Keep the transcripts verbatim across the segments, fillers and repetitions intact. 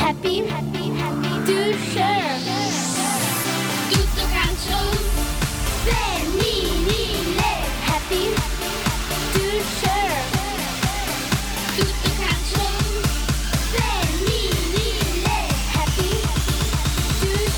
happy, happy, happy to share. Tutto calcio femminile, happy to share. Tutto calcio femminile, happy to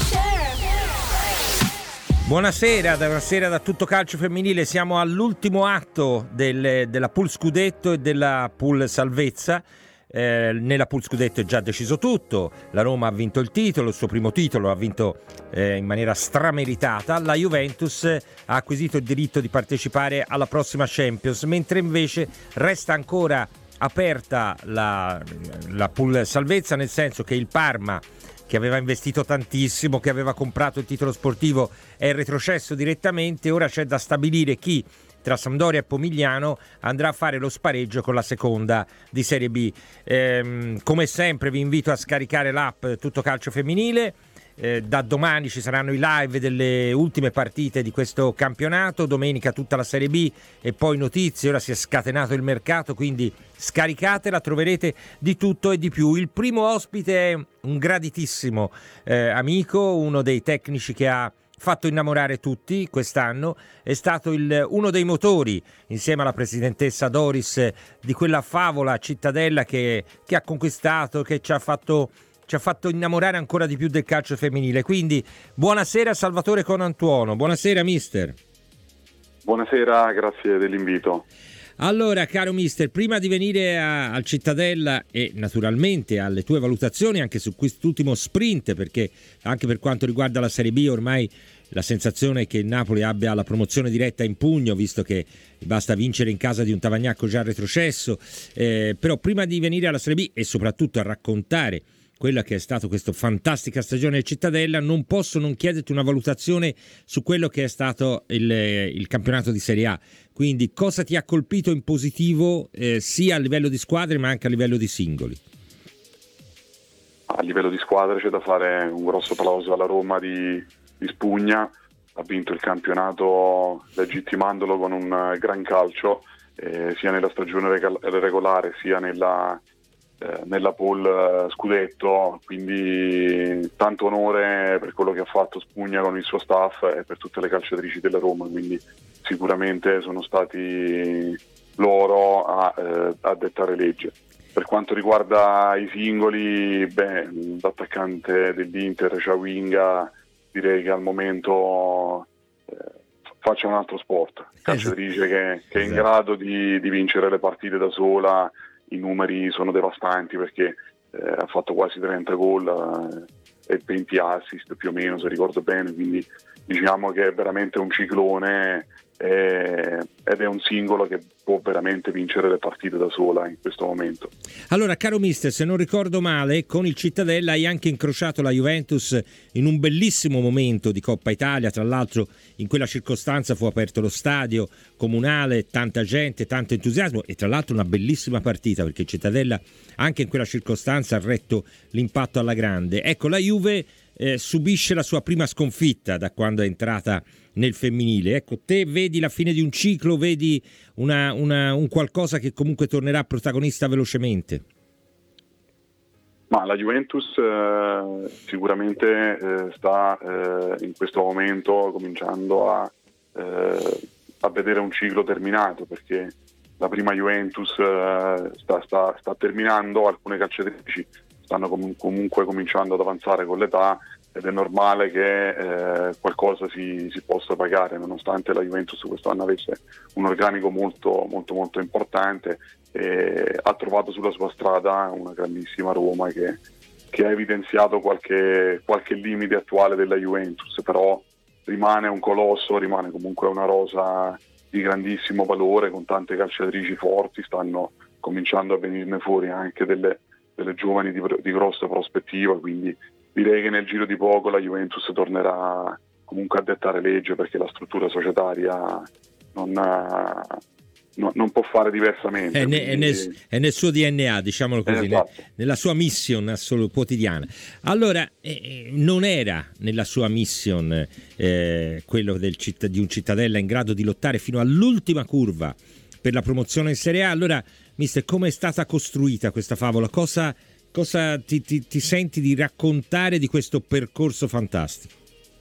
share. Buonasera, buonasera da Tutto Calcio Femminile. Siamo all'ultimo atto del, della pool scudetto e della pool salvezza. Eh, nella pool scudetto è già deciso tutto, la Roma ha vinto il titolo, il suo primo titolo, ha vinto eh, in maniera strameritata. La Juventus ha acquisito il diritto di partecipare alla prossima Champions, mentre invece resta ancora aperta la, la pool salvezza, nel senso che il Parma, che aveva investito tantissimo, che aveva comprato il titolo sportivo, è retrocesso direttamente. Ora c'è da stabilire chi tra Sampdoria e Pomigliano andrà a fare lo spareggio con la seconda di Serie B. Ehm, come sempre vi invito a scaricare l'app Tutto Calcio Femminile. Eh, da domani ci saranno i live delle ultime partite di questo campionato, domenica tutta la Serie B e poi notizie. Ora si è scatenato il mercato, quindi scaricatela, troverete di tutto e di più. Il primo ospite è un graditissimo eh, amico, uno dei tecnici che ha fatto innamorare tutti quest'anno, è stato il, uno dei motori, insieme alla presidentessa Doris, di quella favola Cittadella che, che ha conquistato, che ci ha fatto ci ha fatto innamorare ancora di più del calcio femminile. Quindi buonasera Salvatore Conantuono, buonasera mister. Buonasera, grazie dell'invito. Allora, caro mister, prima di venire a, al Cittadella e naturalmente alle tue valutazioni anche su quest'ultimo sprint, perché anche per quanto riguarda la Serie B ormai la sensazione è che il Napoli abbia la promozione diretta in pugno, visto che basta vincere in casa di un Tavagnacco già retrocesso, eh, però prima di venire alla Serie B e soprattutto a raccontare quella che è stata questa fantastica stagione del Cittadella, non posso non chiederti una valutazione su quello che è stato il, il campionato di Serie A. Quindi cosa ti ha colpito in positivo eh, sia a livello di squadre ma anche a livello di singoli? A livello di squadre c'è da fare un grosso plauso alla Roma di, di Spugna, ha vinto il campionato legittimandolo con un gran calcio, eh, sia nella stagione regolare sia nella Eh, nella pool eh, scudetto, quindi tanto onore per quello che ha fatto Spugna con il suo staff e per tutte le calciatrici della Roma, quindi sicuramente sono stati loro a, eh, a dettare legge. Per quanto riguarda i singoli, beh, l'attaccante dell'Inter, Ciawinga, direi che al momento eh, faccia un altro sport, calciatrice che, che è in grado di, di vincere le partite da sola. I numeri sono devastanti perché eh, ha fatto quasi trenta gol eh, e venti assist più o meno, se ricordo bene, quindi diciamo che è veramente un ciclone eh, ed è un singolo che può veramente vincere le partite da sola in questo momento. Allora, caro mister, se non ricordo male, con il Cittadella hai anche incrociato la Juventus in un bellissimo momento di Coppa Italia. Tra l'altro in quella circostanza fu aperto lo stadio comunale, tanta gente, tanto entusiasmo e tra l'altro una bellissima partita, perché il Cittadella anche in quella circostanza ha retto l'impatto alla grande. Ecco, la Juve eh, subisce la sua prima sconfitta da quando è entrata nel femminile. Ecco, te vedi la fine di un ciclo, vedi una, una, un qualcosa che comunque tornerà protagonista velocemente? Ma la Juventus eh, sicuramente eh, sta eh, in questo momento cominciando a, eh, a vedere un ciclo terminato, perché la prima Juventus eh, sta, sta, sta terminando, alcune calciatrici stanno com- comunque cominciando ad avanzare con l'età ed è normale che eh, qualcosa si, si possa pagare, nonostante la Juventus quest'anno avesse un organico molto molto molto importante. E ha trovato sulla sua strada una grandissima Roma che, che ha evidenziato qualche, qualche limite attuale della Juventus, però rimane un colosso, rimane comunque una rosa di grandissimo valore con tante calciatrici forti, stanno cominciando a venirne fuori anche delle, delle giovani di, di grossa prospettiva, quindi direi che nel giro di poco la Juventus tornerà comunque a dettare legge, perché la struttura societaria non, ha, no, non può fare diversamente. È, ne, quindi... è, nel, è nel suo D N A, diciamolo così, esatto. ne, nella sua mission assoluta quotidiana. Allora, eh, non era nella sua mission eh, quello del citt- di un Cittadella in grado di lottare fino all'ultima curva per la promozione in Serie A. Allora, mister, come è stata costruita questa favola? Cosa cosa ti, ti, ti senti di raccontare di questo percorso fantastico?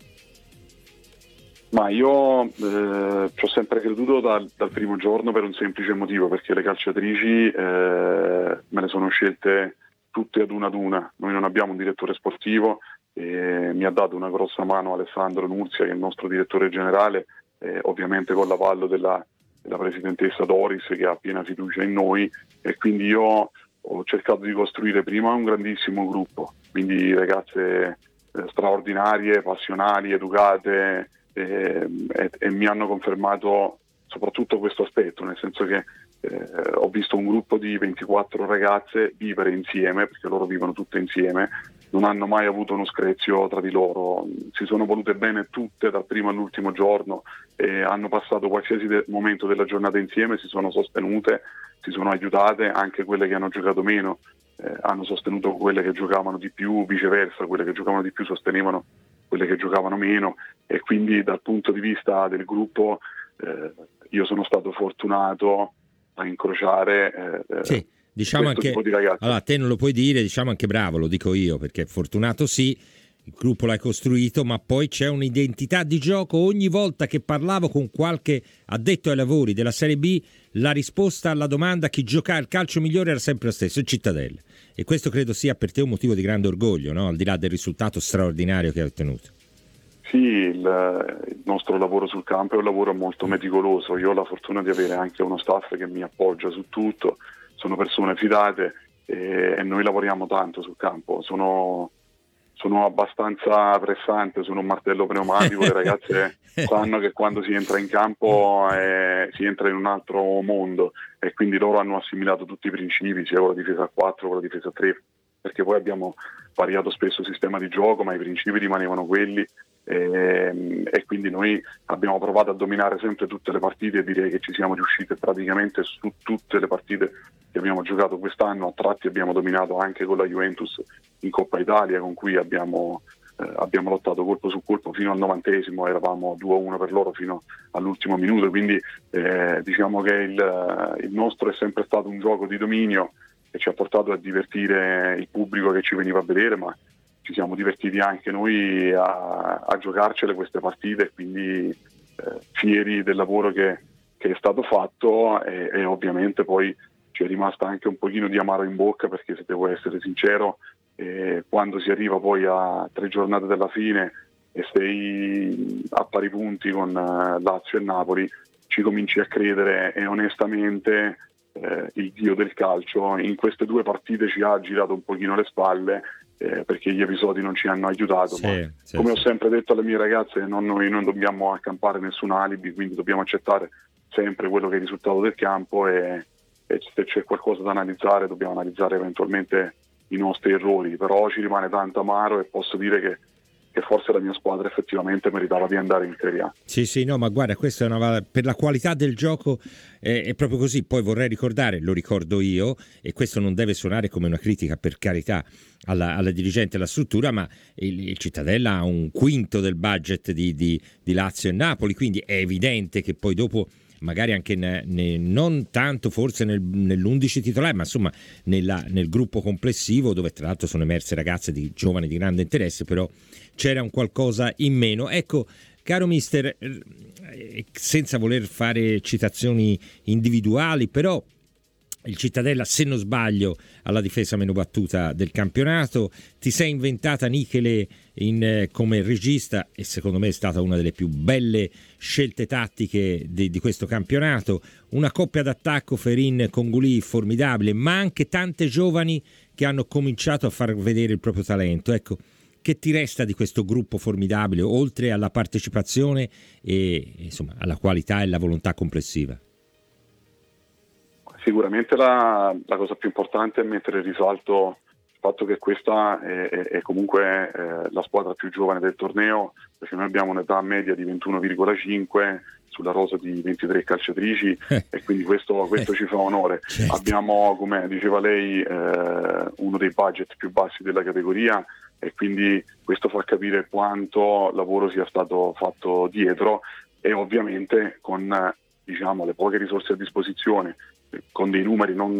Ma io eh, ci ho sempre creduto dal, dal primo giorno per un semplice motivo, perché le calciatrici eh, me le sono scelte tutte ad una ad una. Noi non abbiamo un direttore sportivo, e mi ha dato una grossa mano Alessandro Nurzia, che è il nostro direttore generale, eh, ovviamente con l'avallo della, della presidentessa Doris, che ha piena fiducia in noi, e quindi io ho cercato di costruire prima un grandissimo gruppo, quindi ragazze eh, straordinarie, passionali, educate, E, e, e mi hanno confermato soprattutto questo aspetto, nel senso che eh, ho visto un gruppo di ventiquattro ragazze vivere insieme, perché loro vivono tutte insieme, non hanno mai avuto uno screzio tra di loro, si sono volute bene tutte dal primo all'ultimo giorno e hanno passato qualsiasi de- momento della giornata insieme, si sono sostenute, si sono aiutate, anche quelle che hanno giocato meno eh, hanno sostenuto quelle che giocavano di più, viceversa, quelle che giocavano di più sostenevano quelle che giocavano meno, e quindi dal punto di vista del gruppo eh, io sono stato fortunato a incrociare eh, sì, diciamo questo anche, tipo di ragazzi. Allora, te non lo puoi dire, diciamo anche bravo, lo dico io, perché fortunato sì, il gruppo l'hai costruito, ma poi c'è un'identità di gioco. Ogni volta che parlavo con qualche addetto ai lavori della Serie B, la risposta alla domanda chi gioca il calcio migliore era sempre lo stesso, il Cittadella. E questo credo sia per te un motivo di grande orgoglio, no? Al di là del risultato straordinario che hai ottenuto. Sì, il, il nostro lavoro sul campo è un lavoro molto meticoloso. Io ho la fortuna di avere anche uno staff che mi appoggia su tutto, sono persone fidate e, e noi lavoriamo tanto sul campo. Sono, sono abbastanza pressante, sono un martello pneumatico, le ragazze sanno che quando si entra in campo eh, si entra in un altro mondo, e quindi loro hanno assimilato tutti i principi, sia con la difesa a quattro, con la difesa a tre, perché poi abbiamo variato spesso il sistema di gioco, ma i principi rimanevano quelli, e, e quindi noi abbiamo provato a dominare sempre tutte le partite, e direi che ci siamo riusciti praticamente su tutte le partite che abbiamo giocato quest'anno. A tratti abbiamo dominato anche con la Juventus in Coppa Italia, con cui abbiamo, eh, abbiamo lottato colpo su colpo fino al novantesimo, eravamo due a uno per loro fino all'ultimo minuto, quindi eh, diciamo che il, il nostro è sempre stato un gioco di dominio che ci ha portato a divertire il pubblico che ci veniva a vedere, ma ci siamo divertiti anche noi a, a giocarcele queste partite, quindi eh, fieri del lavoro che, che è stato fatto, e, e ovviamente poi ci è rimasta anche un pochino di amaro in bocca, perché se devo essere sincero, eh, quando si arriva poi a tre giornate dalla fine e sei a pari punti con uh, Lazio e Napoli, ci cominci a credere, e onestamente eh, il dio del calcio in queste due partite ci ha girato un pochino le spalle, eh, perché gli episodi non ci hanno aiutato, sì, ma sì, come sì. ho sempre detto alle mie ragazze, non, noi non dobbiamo accampare nessun alibi, quindi dobbiamo accettare sempre quello che è il risultato del campo, e, e se c'è qualcosa da analizzare dobbiamo analizzare eventualmente i nostri errori, però ci rimane tanto amaro, e posso dire che che forse la mia squadra effettivamente meritava di andare in Serie A. Sì, sì, no, ma guarda, questa è una, per la qualità del gioco eh, è proprio così. Poi vorrei ricordare, lo ricordo io, e questo non deve suonare come una critica, per carità, alla, alla dirigente e alla struttura, ma il, il Cittadella ha un quinto del budget di, di, di Lazio e Napoli, quindi è evidente che poi dopo magari anche ne, ne, non tanto forse nel, nell'undici titolare, ma insomma nella, nel gruppo complessivo, dove tra l'altro sono emerse ragazze di giovani di grande interesse, però c'era un qualcosa in meno. Ecco, caro mister, eh, senza voler fare citazioni individuali, però il Cittadella, se non sbaglio, ha la difesa meno battuta del campionato. Ti sei inventata Michele in, eh, come regista, e secondo me è stata una delle più belle scelte tattiche di, di questo campionato. Una coppia d'attacco Ferin con Gulì formidabile, ma anche tante giovani che hanno cominciato a far vedere il proprio talento. Ecco, che ti resta di questo gruppo formidabile, oltre alla partecipazione e insomma alla qualità e alla volontà complessiva? Sicuramente la, la cosa più importante è mettere in risalto il fatto che questa è, è, è comunque eh, la squadra più giovane del torneo, perché noi abbiamo un'età media di ventuno virgola cinque sulla rosa di ventitré calciatrici, eh. e quindi questo, questo eh. ci fa onore. Certo. Abbiamo, come diceva lei, eh, uno dei budget più bassi della categoria, e quindi questo fa capire quanto lavoro sia stato fatto dietro, e ovviamente con diciamo, le poche risorse a disposizione, eh, con dei numeri non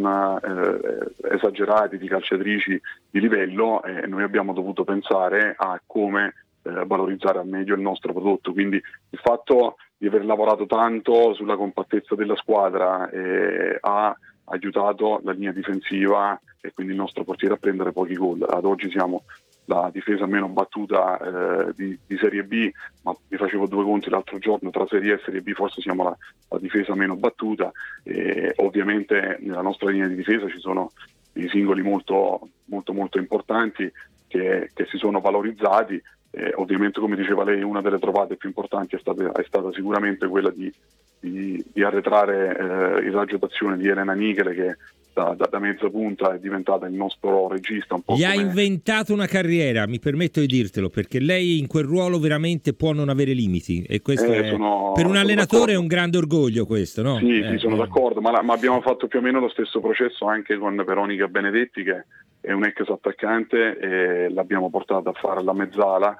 eh, esagerati di calciatrici di livello, eh, noi abbiamo dovuto pensare a come eh, valorizzare al meglio il nostro prodotto. Quindi il fatto di aver lavorato tanto sulla compattezza della squadra eh, ha aiutato la linea difensiva e quindi il nostro portiere a prendere pochi gol. Ad oggi siamo la difesa meno battuta eh, di, di Serie B, ma vi facevo due conti l'altro giorno, tra Serie A e Serie B forse siamo la, la difesa meno battuta, e ovviamente nella nostra linea di difesa ci sono dei singoli molto molto molto importanti che, che si sono valorizzati. Eh, ovviamente, come diceva lei, una delle trovate più importanti è stata, è stata sicuramente quella di, di, di arretrare eh, il raggio d'azione di Elena Nichele, che da, da, da mezza punta è diventata il nostro regista. Un po' Gli come... ha inventato una carriera, mi permetto di dirtelo, perché lei in quel ruolo veramente può non avere limiti, e questo eh, è, sono, per un allenatore d'accordo. è un grande orgoglio questo, no? Sì, eh, sì, sono eh. d'accordo, ma, la, ma abbiamo fatto più o meno lo stesso processo anche con Veronica Benedetti, che è un ex attaccante, e l'abbiamo portata a fare la mezzala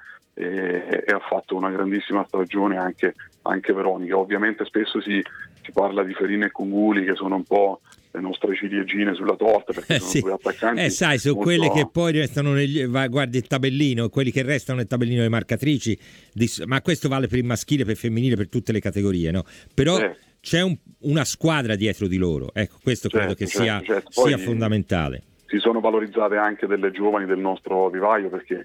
e, e ha fatto una grandissima stagione anche, anche Veronica. Ovviamente spesso si, si parla di Ferina e Cunguli, che sono un po' le nostre ciliegine sulla torta, perché Eh, sono sì. due attaccanti. Eh, sai, sono molto... quelle che poi restano negli, va, guardi il tabellino, quelli che restano nel tabellino delle marcatrici, di, ma questo vale per il maschile, per il femminile, per tutte le categorie, no? Però Eh. c'è un, una squadra dietro di loro, ecco, questo credo Certo, che certo, sia, certo. Poi sia fondamentale. Si sono valorizzate anche delle giovani del nostro vivaio, perché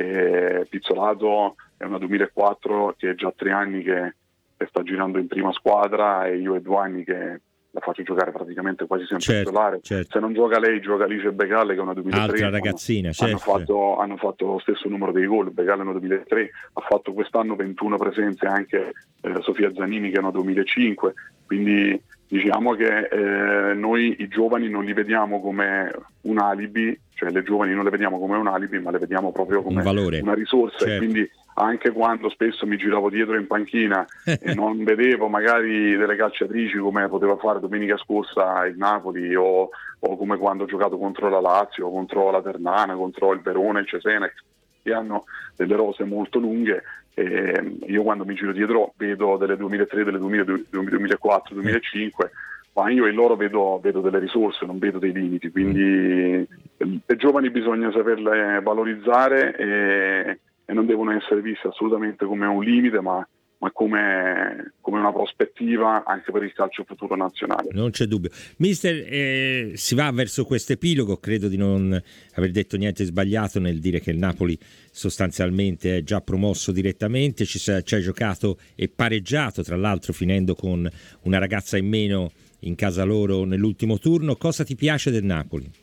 eh, Pizzolato è una duemilaquattro che è già tre anni che, che sta girando in prima squadra, e io è due anni che la faccio giocare praticamente quasi sempre Certo, titolare. certo. Se non gioca lei, gioca Alice Begalle, che è una duemilatré. Altra ragazzina, hanno, certo. hanno, fatto, hanno fatto lo stesso numero dei gol. Begalle è una duemilatré, ha fatto quest'anno ventuno presenze anche eh, Sofia Zanini, che è una duemilacinque. Quindi diciamo che eh, noi i giovani non li vediamo come un alibi, cioè le giovani non le vediamo come un alibi, ma le vediamo proprio come Un valore. una risorsa. Certo. E quindi anche quando spesso mi giravo dietro in panchina e non vedevo magari delle calciatrici come poteva fare domenica scorsa il Napoli, o, o come quando ho giocato contro la Lazio, contro la Ternana, contro il Verona, il Cesenec, che hanno delle rose molto lunghe. E io quando mi giro dietro vedo delle duemilatré, delle duemila, duemilaquattro, duemilacinque, ma io in loro vedo, vedo delle risorse, non vedo dei limiti. Quindi le giovani bisogna saperle valorizzare e, e non devono essere viste assolutamente come un limite, ma, ma come, come una prospettiva anche per il calcio futuro nazionale. Non c'è dubbio. Mister, eh, si va verso questo epilogo, credo di non aver detto niente sbagliato nel dire che il Napoli sostanzialmente è già promosso direttamente, ci ci ha giocato e pareggiato, tra l'altro finendo con una ragazza in meno in casa loro nell'ultimo turno. Cosa ti piace del Napoli?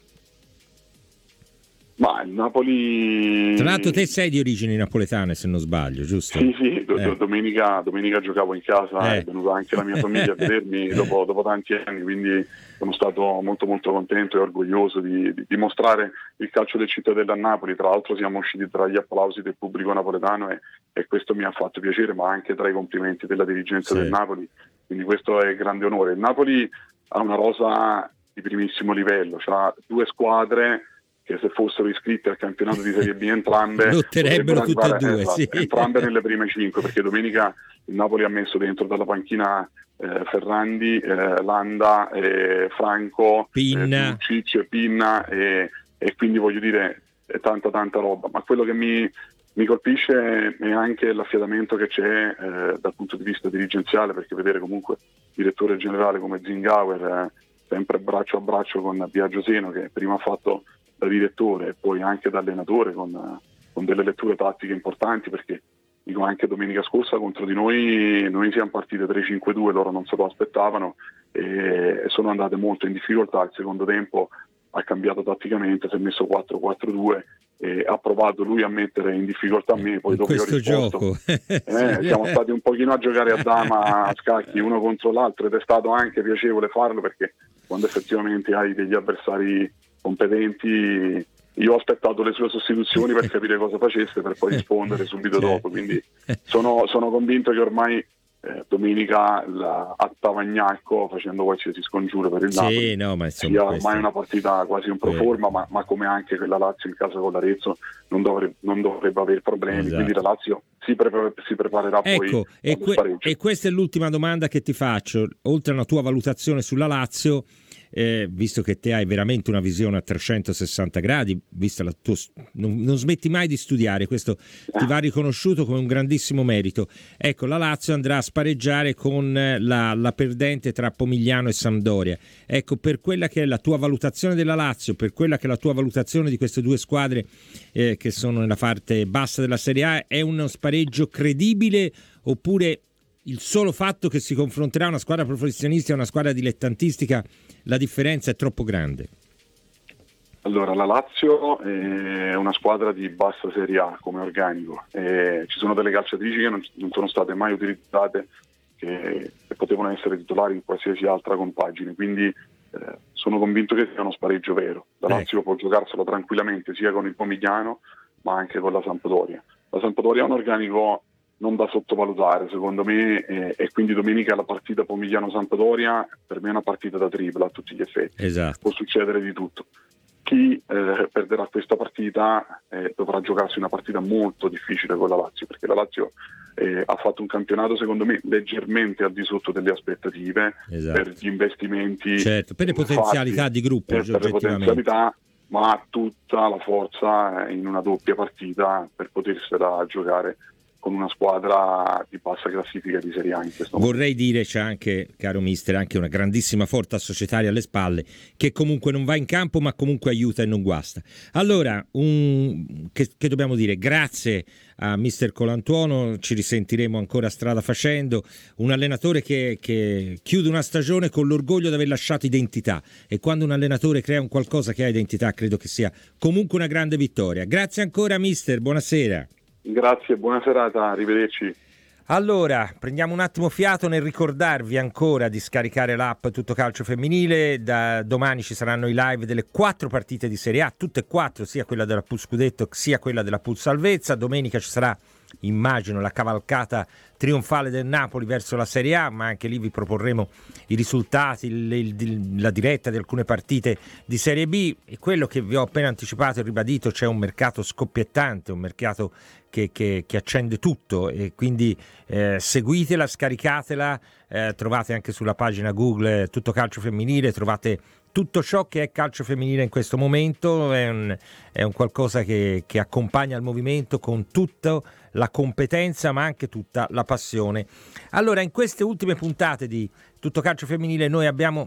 Ma il Napoli... Tra l'altro te sei di origini napoletane, se non sbaglio, giusto? Sì, sì, do- Eh. domenica, domenica giocavo in casa, Eh. è venuta anche la mia famiglia a vedermi dopo, dopo tanti anni, quindi sono stato molto molto contento e orgoglioso di, di, di mostrare il calcio del Cittadella a Napoli. Tra l'altro siamo usciti tra gli applausi del pubblico napoletano e, e questo mi ha fatto piacere, ma anche tra i complimenti della dirigenza Sì. del Napoli, quindi questo è grande onore. Il Napoli ha una rosa di primissimo livello, ha due squadre che se fossero iscritte al campionato di Serie B entrambe lotterebbero tutte e arrivare, due, esatto, sì. entrambe nelle prime cinque, perché domenica il Napoli ha messo dentro dalla panchina eh, Ferrandi, eh, Landa, eh, Franco, Pinna. eh, Ducic, Pinna e, e quindi voglio dire è tanta tanta roba, ma quello che mi, mi colpisce è anche l'affiatamento che c'è eh, dal punto di vista dirigenziale, perché vedere comunque il direttore generale come Zingauer eh, sempre braccio a braccio con Biagio Seno, che prima ha fatto da direttore e poi anche da allenatore, con, con delle letture tattiche importanti, perché dico anche domenica scorsa contro di noi noi siamo partite tre cinque due, loro non se lo aspettavano e, e sono andate molto in difficoltà. Il secondo tempo ha cambiato tatticamente, si è messo quattro quattro due e ha provato lui a mettere in difficoltà me, poi In dopo io ho questo risposto. gioco Eh, siamo stati un pochino a giocare a dama a scacchi uno contro l'altro ed è stato anche piacevole farlo, perché quando effettivamente hai degli avversari competenti, io ho aspettato le sue sostituzioni per capire cosa facesse per poi rispondere subito dopo, quindi sono, sono convinto che ormai eh, domenica la, a Tavagnacco facendo qualsiasi scongiuro per il sì, Napoli no, ma insomma, sia questo... ormai una partita quasi un pro forma, ma, ma come anche quella Lazio in casa con l'Arezzo non dovrebbe, non dovrebbe avere problemi, esatto. Quindi la Lazio si, pre- si preparerà ecco, poi e, que- e questa è l'ultima domanda che ti faccio, oltre a una tua valutazione sulla Lazio, eh, visto che te hai veramente una visione a trecentosessanta gradi, vista la tua, non, non smetti mai di studiare, questo ti va riconosciuto come un grandissimo merito. Ecco, la Lazio andrà a spareggiare con la, la perdente tra Pomigliano e Sampdoria. Ecco, per quella che è la tua valutazione della Lazio, per quella che è la tua valutazione di queste due squadre eh, che sono nella parte bassa della Serie A, è uno spareggio credibile oppure il solo fatto che si confronterà una squadra professionistica e una squadra dilettantistica, la differenza è troppo grande? Allora, la Lazio è una squadra di bassa Serie A come organico, e ci sono delle calciatrici che non, non sono state mai utilizzate, che, che potevano essere titolari in qualsiasi altra compagine, quindi eh, sono convinto che sia uno spareggio vero. La Lazio eh. può giocarselo tranquillamente sia con il Pomigliano ma anche con la Sampdoria. La Sampdoria ha un organico non da sottovalutare secondo me, eh, e quindi domenica la partita Pomigliano-Sampdoria per me è una partita da tripla a tutti gli effetti, esatto. Può succedere di tutto. Chi eh, perderà questa partita eh, dovrà giocarsi una partita molto difficile con la Lazio, perché la Lazio eh, ha fatto un campionato secondo me leggermente al di sotto delle aspettative, esatto. per gli investimenti, certo, per le potenzialità fatti, di gruppo, eh, per le potenzialità, ma ha tutta la forza in una doppia partita per potersela giocare con una squadra di bassa classifica di Serie A in questo momento. Vorrei dire, c'è anche, caro mister, anche una grandissima forza societaria alle spalle, che comunque non va in campo ma comunque aiuta e non guasta. Allora, un, che, che dobbiamo dire? Grazie a mister Colantuono, ci risentiremo ancora strada facendo, un allenatore che, che chiude una stagione con l'orgoglio di aver lasciato identità, e quando un allenatore crea un qualcosa che ha identità credo che sia comunque una grande vittoria. Grazie ancora mister, buonasera. Grazie, buona serata, arrivederci. Allora, prendiamo un attimo fiato nel ricordarvi ancora di scaricare l'app Tutto Calcio Femminile. Da domani ci saranno i live delle quattro partite di Serie A, tutte e quattro, sia quella della Pool Scudetto sia quella della Pool Salvezza. Domenica ci sarà, immagino, la cavalcata trionfale del Napoli verso la Serie A, ma anche lì vi proporremo i risultati, il, il, la diretta di alcune partite di Serie B. E quello che vi ho appena anticipato e ribadito, c'è un mercato scoppiettante, un mercato che, che, che accende tutto, e quindi eh, seguitela, scaricatela, eh, trovate anche sulla pagina Google Tutto Calcio Femminile, trovate tutto ciò che è calcio femminile in questo momento, è un, è un qualcosa che, che accompagna il movimento con tutta la competenza ma anche tutta la passione. Allora, in queste ultime puntate di Tutto Calcio Femminile noi abbiamo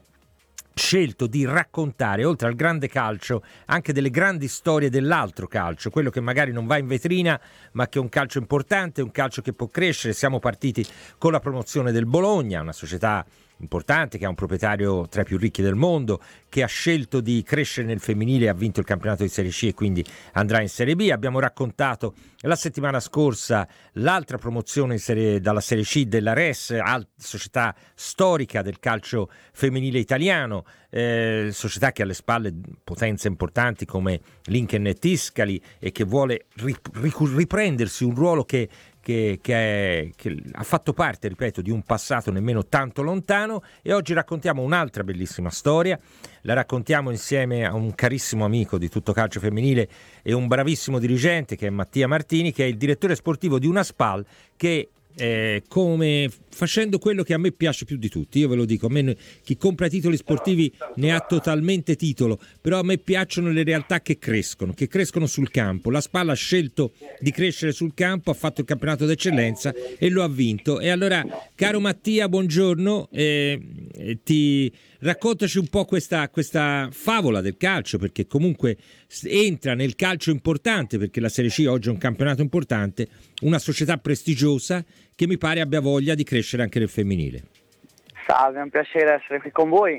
scelto di raccontare, oltre al grande calcio, anche delle grandi storie dell'altro calcio, quello che magari non va in vetrina ma che è un calcio importante, un calcio che può crescere. Siamo partiti con la promozione del Bologna, una società importante che ha un proprietario tra i più ricchi del mondo, che ha scelto di crescere nel femminile e ha vinto il campionato di Serie C e quindi andrà in Serie B. Abbiamo raccontato la settimana scorsa l'altra promozione in serie, dalla Serie C della R E S, società storica del calcio femminile italiano, eh, società che ha alle spalle potenze importanti come l'Inken e Tiscali e che vuole riprendersi un ruolo che Che, che, è, che ha fatto parte, ripeto, di un passato nemmeno tanto lontano. E oggi raccontiamo un'altra bellissima storia, la raccontiamo insieme a un carissimo amico di Tutto Calcio Femminile e un bravissimo dirigente che è Mattia Martini, che è il direttore sportivo di una SPAL che Eh, come facendo quello che a me piace più di tutti. Io ve lo dico, a me chi compra titoli sportivi ne ha totalmente titolo, però a me piacciono le realtà che crescono, che crescono sul campo. La SPAL ha scelto di crescere sul campo, ha fatto il campionato d'eccellenza e lo ha vinto. E allora, caro Mattia, buongiorno, eh, ti raccontaci un po' questa, questa favola del calcio, perché comunque entra nel calcio importante, perché la Serie C oggi è un campionato importante, una società prestigiosa che mi pare abbia voglia di crescere anche nel femminile. Salve, è un piacere essere qui con voi.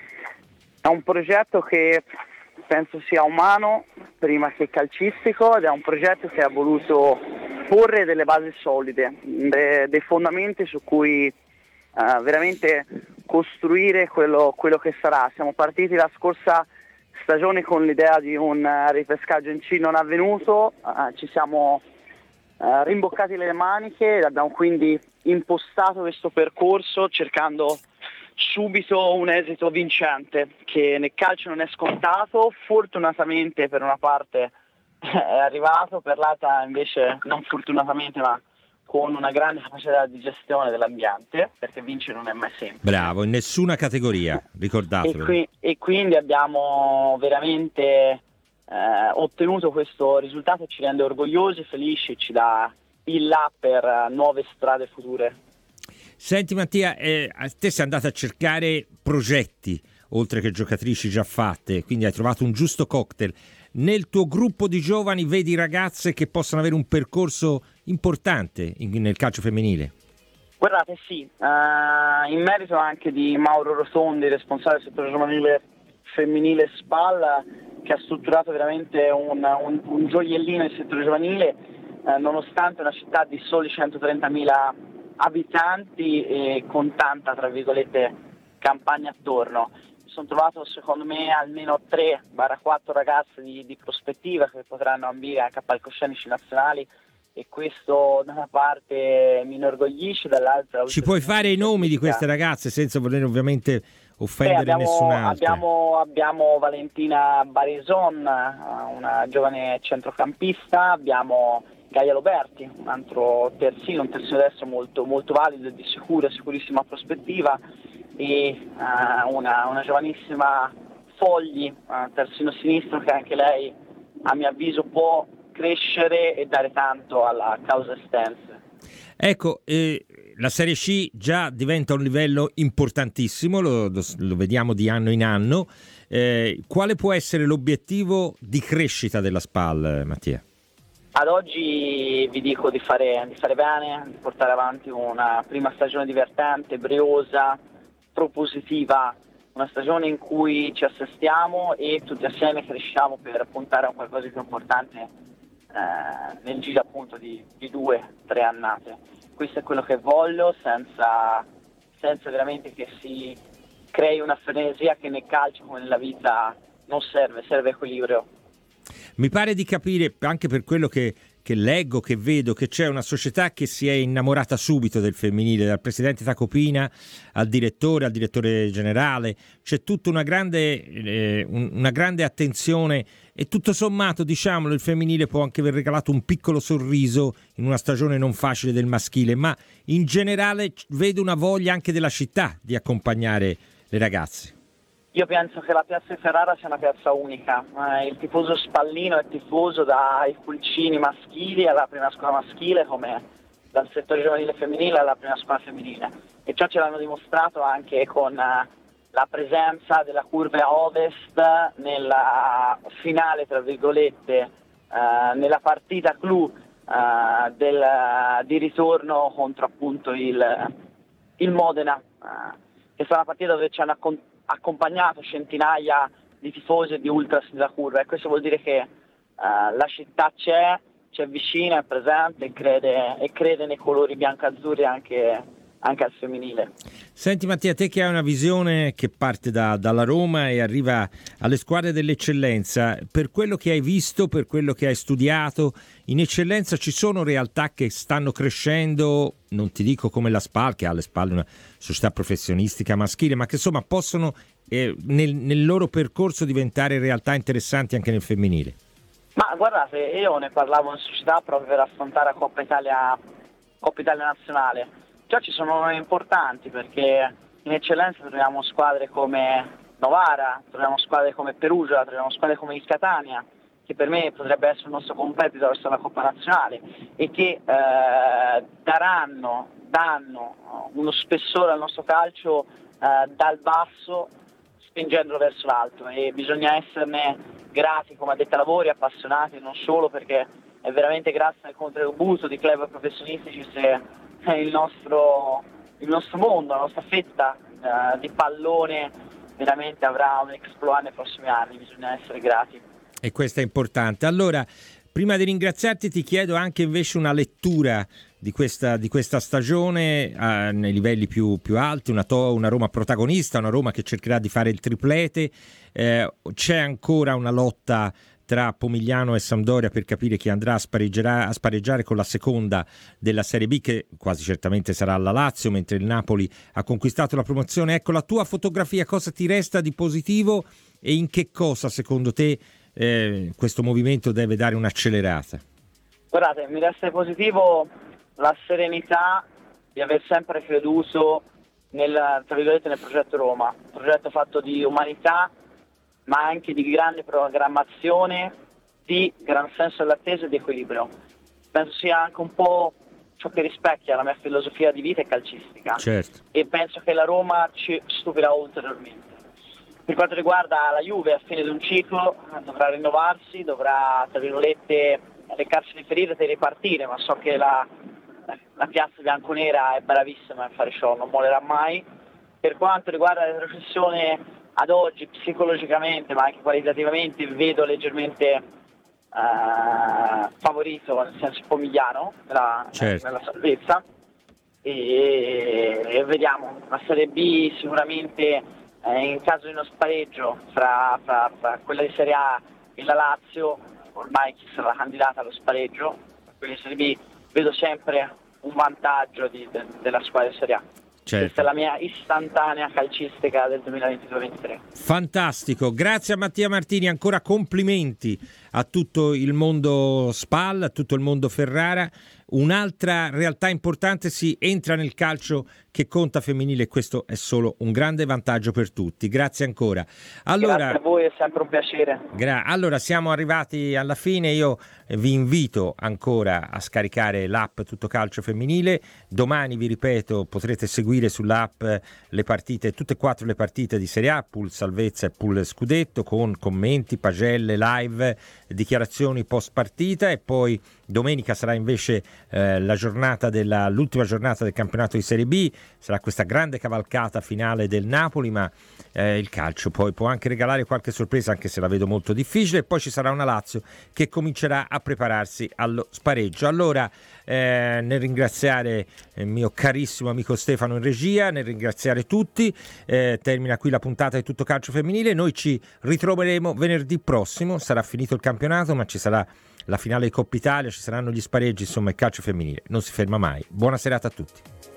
È un progetto che penso sia umano prima che calcistico, ed è un progetto che ha voluto porre delle basi solide, de- dei fondamenti su cui uh, veramente costruire quello, quello che sarà. Siamo partiti la scorsa stagione con l'idea di un uh, ripescaggio in C non avvenuto, uh, ci siamo uh, rimboccati le maniche ed abbiamo quindi impostato questo percorso cercando subito un esito vincente, che nel calcio non è scontato, fortunatamente per una parte è arrivato, per l'altra invece non fortunatamente, ma con una grande capacità di gestione dell'ambiente, perché vincere non è mai semplice. Bravo, in nessuna categoria, ricordatelo. E, qui, e quindi abbiamo veramente eh, ottenuto questo risultato e ci rende orgogliosi, felici, ci dà il là per nuove strade future. Senti Mattia, eh, te sei andata a cercare progetti, oltre che giocatrici già fatte, quindi hai trovato un giusto cocktail. Nel tuo gruppo di giovani vedi ragazze che possono avere un percorso importante in, nel calcio femminile? Guardate, sì, uh, in merito anche di Mauro Rotondi, responsabile del settore giovanile femminile S P A L, che ha strutturato veramente un, un, un gioiellino nel settore giovanile, uh, nonostante una città di soli centotrentamila abitanti e con tanta, tra virgolette, campagna attorno. Mi sono trovato secondo me almeno tre quattro ragazze di, di prospettiva che potranno ambire anche a palcoscenici nazionali, e questo da una parte mi inorgoglisce, dall'altra... Ci puoi fare i nomi di queste ragazze senza voler ovviamente offendere Beh, abbiamo, nessun'altra? Abbiamo, abbiamo Valentina Barison, una giovane centrocampista, abbiamo Gaia Loberti, un altro terzino, un terzino destro molto, molto valido e di sicura, sicurissima prospettiva, e uh, una, una giovanissima Fogli, uh, terzino sinistro, che anche lei a mio avviso può crescere e dare tanto alla causa estense. Ecco, eh, la Serie C già diventa un livello importantissimo, lo, lo, lo vediamo di anno in anno. Eh, quale può essere l'obiettivo di crescita della S P A L, Mattia? Ad oggi vi dico di fare, di fare bene, di portare avanti una prima stagione divertente, briosa, propositiva, una stagione in cui ci assestiamo e tutti assieme cresciamo per puntare a qualcosa di più importante eh, nel giro appunto di, di due, tre annate. Questo è quello che voglio, senza, senza veramente che si crei una frenesia che nel calcio come nella vita non serve, serve equilibrio. Mi pare di capire, anche per quello che, che leggo, che vedo, che c'è una società che si è innamorata subito del femminile, dal presidente Tacopina al direttore, al direttore generale. C'è tutta una grande, eh, una grande attenzione, e tutto sommato, diciamolo, il femminile può anche aver regalato un piccolo sorriso in una stagione non facile del maschile, ma in generale vedo una voglia anche della città di accompagnare le ragazze. Io penso che la piazza di Ferrara sia una piazza unica, eh, il tifoso spallino è tifoso dai pulcini maschili alla prima scuola maschile, come dal settore giovanile femminile alla prima scuola femminile, e ciò ce l'hanno dimostrato anche con eh, la presenza della curva ovest nella finale, tra virgolette, eh, nella partita clou eh, del, di ritorno contro appunto il, il Modena, eh, che è stata una partita dove ci hanno accompagnato accompagnato centinaia di tifosi e di ultras della curva, e questo vuol dire che uh, la città c'è, c'è vicina, è presente e crede, e crede nei colori bianco-azzurri anche, anche al femminile. Senti Mattia, te che hai una visione che parte da, dalla Roma e arriva alle squadre dell'eccellenza, per quello che hai visto, per quello che hai studiato, in eccellenza ci sono realtà che stanno crescendo, non ti dico come la S P A L, che ha alle spalle una società professionistica maschile, ma che insomma possono eh, nel, nel loro percorso diventare realtà interessanti anche nel femminile? Ma guardate, io ne parlavo in società proprio per affrontare la Coppa Italia, Coppa Italia nazionale. Già ci sono nomi importanti, perché in eccellenza troviamo squadre come Novara, troviamo squadre come Perugia, troviamo squadre come il Catania, che per me potrebbe essere il nostro competitor verso la Coppa Nazionale, e che eh, daranno, danno uno spessore al nostro calcio eh, dal basso, spingendolo verso l'alto, e bisogna esserne grati come addetti ai lavori, appassionati, non solo, perché è veramente grazie al contributo di club professionistici se il nostro, il nostro mondo, la nostra fetta eh, di pallone veramente avrà un exploit nei prossimi anni, bisogna essere grati. E questo è importante. Allora, prima di ringraziarti ti chiedo anche invece una lettura di questa, di questa stagione eh, nei livelli più, più alti, una, to- una Roma protagonista, una Roma che cercherà di fare il triplete, eh, c'è ancora una lotta tra Pomigliano e Sampdoria per capire chi andrà a, spareggiare, a spareggiare con la seconda della Serie B, che quasi certamente sarà la Lazio, mentre il Napoli ha conquistato la promozione. Ecco la tua fotografia, cosa ti resta di positivo e in che cosa secondo te eh, questo movimento deve dare un'accelerata? Guardate, mi resta positivo la serenità di aver sempre creduto nel, tra virgolette, nel progetto Roma, un progetto fatto di umanità, ma anche di grande programmazione, di gran senso dell'attesa e di equilibrio. Penso sia anche un po' ciò che rispecchia la mia filosofia di vita e calcistica. Certo. E penso che la Roma ci stupirà ulteriormente. Per quanto riguarda la Juve, a fine di un ciclo dovrà rinnovarsi, dovrà, tra virgolette, leccarsi le ferite e ripartire, ma so che la, la piazza bianconera è bravissima a fare ciò, non mollerà mai. Per quanto riguarda la retrocessione, ad oggi psicologicamente ma anche qualitativamente vedo leggermente eh, favorito, nel senso Pomigliano nella, certo. nella salvezza e, e vediamo la Serie B sicuramente eh, in caso di uno spareggio fra, fra, fra quella di Serie A e la Lazio, ormai chi sarà candidata allo spareggio, quella di Serie B vedo sempre un vantaggio di, de, della squadra di Serie A. Certo. Questa è la mia istantanea calcistica del duemilaventidue ventitré. Fantastico, grazie a Mattia Martini, ancora complimenti a tutto il mondo Spal, a tutto il mondo Ferrara. Un'altra realtà importante, si entra nel calcio che conta femminile e questo è solo un grande vantaggio per tutti. Grazie ancora. Allora, grazie a voi, è sempre un piacere. Gra- allora siamo arrivati alla fine, io vi invito ancora a scaricare l'app Tutto Calcio Femminile. Domani, vi ripeto, potrete seguire sull'app le partite, tutte e quattro le partite di Serie A, pool salvezza e pool scudetto, con commenti, pagelle, live, dichiarazioni post partita, e poi domenica sarà invece eh, la giornata della, l'ultima giornata del campionato di Serie B, sarà questa grande cavalcata finale del Napoli, ma eh, il calcio poi può anche regalare qualche sorpresa, anche se la vedo molto difficile. E poi ci sarà una Lazio che comincerà a prepararsi allo spareggio. Allora eh, nel ringraziare il mio carissimo amico Stefano in regia, nel ringraziare tutti, eh, termina qui la puntata di Tutto Calcio Femminile. Noi ci ritroveremo venerdì prossimo, sarà finito il campionato ma ci sarà la finale di Coppa Italia, ci saranno gli spareggi, insomma il calcio femminile non si ferma mai. Buona serata a tutti.